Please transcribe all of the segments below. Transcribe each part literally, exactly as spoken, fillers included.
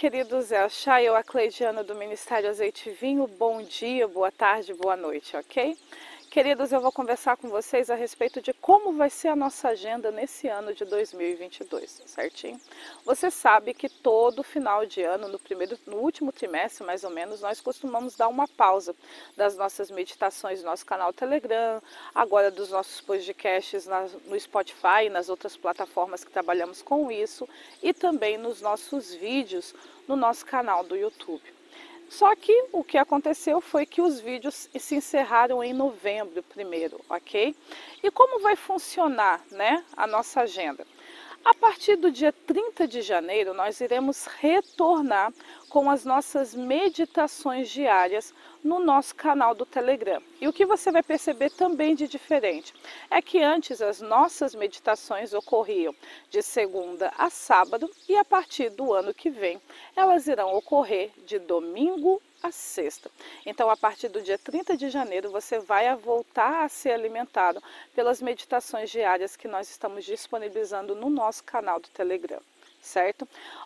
queridos, é a Chay, eu a Cleidiana do Ministério Azeite e Vinho. Bom dia, boa tarde, boa noite, ok? Queridos, eu vou conversar com vocês a respeito de como vai ser a nossa agenda nesse ano de dois mil e vinte e dois, certinho? Você sabe que todo final de ano, no, primeiro, no último trimestre mais ou menos, nós costumamos dar uma pausa das nossas meditações no nosso canal Telegram, agora dos nossos podcasts na, no Spotify e nas outras plataformas que trabalhamos com isso, e também nos nossos vídeos no nosso canal do YouTube. Só que o que aconteceu foi que os vídeos se encerraram em novembro primeiro, ok? E como vai funcionar, né, a nossa agenda? A partir do dia trinta de janeiro, nós iremos retornar com as nossas meditações diárias no nosso canal do Telegram. E o que você vai perceber também de diferente é que antes as nossas meditações ocorriam de segunda a sábado e a partir do ano que vem elas irão ocorrer de domingo a sexta. Então, a partir do dia trinta de janeiro, você vai voltar a ser alimentado pelas meditações diárias que nós estamos disponibilizando no nosso canal do Telegram, certo?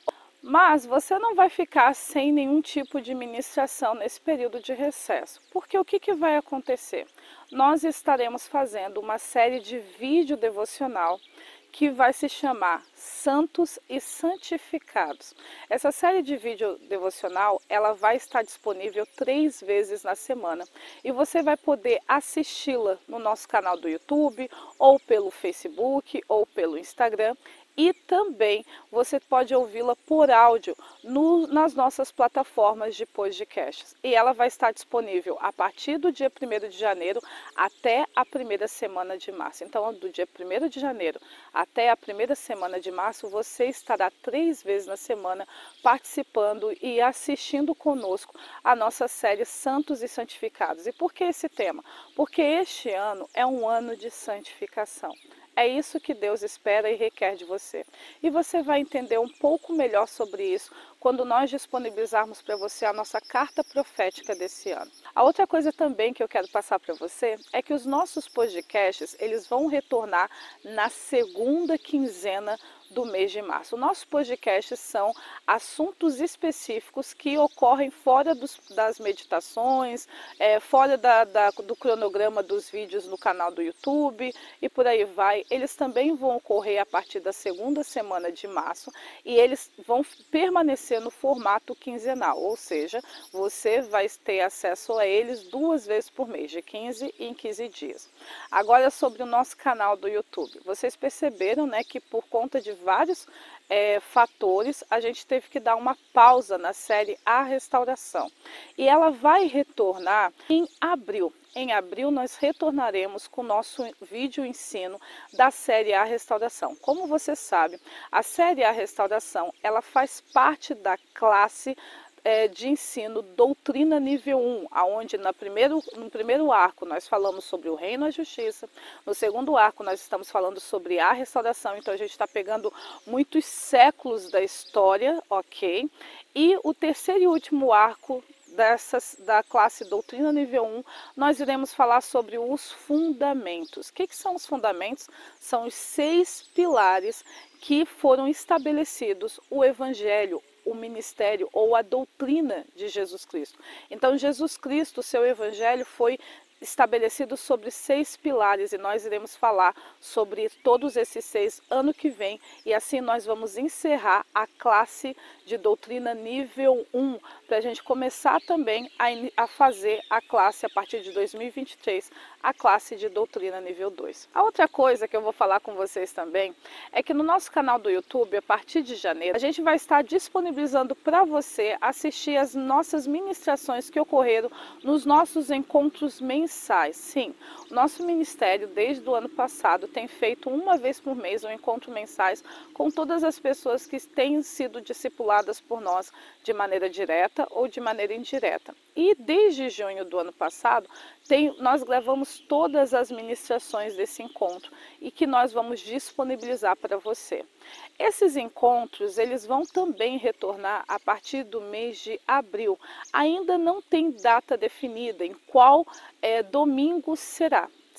Mas você não vai ficar sem nenhum tipo de ministração nesse período de recesso, porque o que, que vai acontecer? Nós estaremos fazendo uma série de vídeo devocional que vai se chamar Santos e Santificados. Essa série de vídeo devocional, ela vai estar disponível três vezes na semana e você vai poder assisti-la no nosso canal do YouTube, ou pelo Facebook, ou pelo Instagram. E também você pode ouvi-la por áudio no, nas nossas plataformas de podcasts. E ela vai estar disponível a partir do dia primeiro de janeiro até a primeira semana de março. Então, do dia primeiro de janeiro até a primeira semana de março, você estará três vezes na semana participando e assistindo conosco a nossa série Santos e Santificados. E por que esse tema? Porque este ano é um ano de santificação. É isso que Deus espera e requer de você. E você vai entender um pouco melhor sobre isso quando nós disponibilizarmos para você a nossa carta profética desse ano. A outra coisa também que eu quero passar para você é que os nossos podcasts, eles vão retornar na segunda quinzena do mês de março. Nossos podcasts são assuntos específicos que ocorrem fora dos, das meditações, é, fora da, da, do cronograma dos vídeos no canal do YouTube e por aí vai. Eles também vão ocorrer a partir da segunda semana de março e eles vão permanecer no formato quinzenal, ou seja, você vai ter acesso a eles duas vezes por mês, de quinze em quinze dias. Agora, sobre o nosso canal do YouTube. Vocês perceberam, né, que por conta de vários é, fatores, a gente teve que dar uma pausa na série A Restauração. E ela vai retornar em abril. Em abril, nós retornaremos com o nosso vídeo ensino da série A Restauração. Como você sabe, a série A Restauração, ela faz parte da classe é, de ensino Doutrina Nível um, onde no primeiro, no primeiro arco nós falamos sobre o reino e a justiça, no segundo arco nós estamos falando sobre a restauração, então a gente está pegando muitos séculos da história, ok? E o terceiro e último arco Dessas, da classe Doutrina Nível um, nós iremos falar sobre os fundamentos. O que, que são os fundamentos? São os seis pilares que foram estabelecidos o Evangelho, o ministério ou a doutrina de Jesus Cristo. Então, Jesus Cristo, seu Evangelho foi estabelecido sobre seis pilares e nós iremos falar sobre todos esses seis ano que vem e assim nós vamos encerrar a classe de doutrina nível um para a gente começar também a, a fazer a classe a partir de dois mil e vinte e três, a classe de doutrina nível dois. A outra coisa que eu vou falar com vocês também é que no nosso canal do YouTube, a partir de janeiro, a gente vai estar disponibilizando para você assistir as nossas ministrações que ocorreram nos nossos encontros mensais. Sim, o nosso ministério, desde o ano passado, tem feito uma vez por mês um encontro mensais com todas as pessoas que têm sido discipuladas por nós de maneira direta ou de maneira indireta. E desde junho do ano passado, tem, nós gravamos todas as ministrações desse encontro e que nós vamos disponibilizar para você. Esses encontros, eles vão também retornar a partir do mês de abril. Ainda não tem data definida em qual é, domingo será.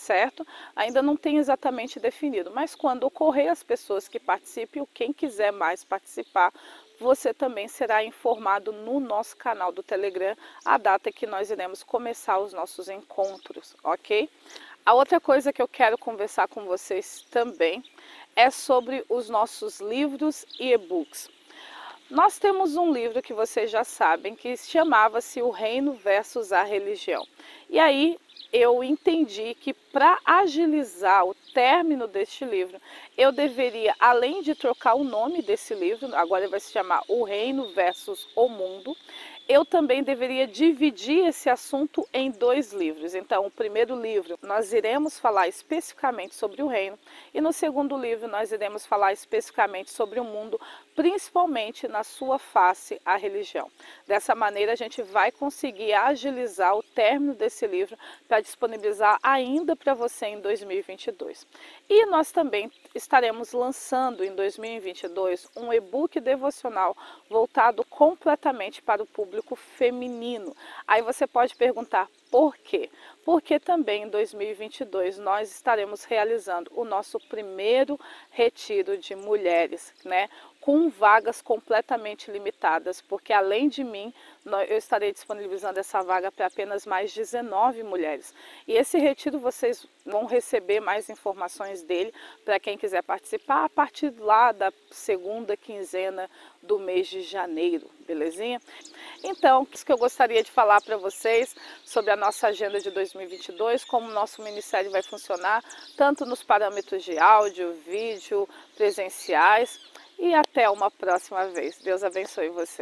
certo? Ainda não tem exatamente definido, mas quando ocorrer, as pessoas que participem, ou quem quiser mais participar, você também será informado no nosso canal do Telegram a data que nós iremos começar os nossos encontros, ok? A outra coisa que eu quero conversar com vocês também é sobre os nossos livros e e-books. Nós temos um livro que vocês já sabem, que chamava-se O Reino versus a Religião. E aí eu entendi que para agilizar o término deste livro, eu deveria, além de trocar o nome desse livro, agora ele vai se chamar O Reino versus o Mundo, eu também deveria dividir esse assunto em dois livros. Então, o primeiro livro nós iremos falar especificamente sobre o reino e no segundo livro nós iremos falar especificamente sobre o mundo, principalmente na sua face, a religião. Dessa maneira a gente vai conseguir agilizar o término desse livro para disponibilizar ainda para você em dois mil e vinte e dois. E nós também estaremos lançando em dois mil e vinte e dois um e-book devocional voltado completamente para o público feminino. Aí você pode perguntar por quê? Porque também em dois mil e vinte e dois nós estaremos realizando o nosso primeiro retiro de mulheres, né? Com vagas completamente limitadas, porque além de mim, eu estarei disponibilizando essa vaga para apenas mais dezenove mulheres. E esse retiro vocês vão receber mais informações dele para quem quiser participar a partir lá da segunda quinzena do mês de janeiro, belezinha? Então, isso que eu gostaria de falar para vocês sobre a nossa agenda de dois mil e vinte e dois, como o nosso ministério vai funcionar, tanto nos parâmetros de áudio, vídeo, presenciais. E até uma próxima vez. Deus abençoe você.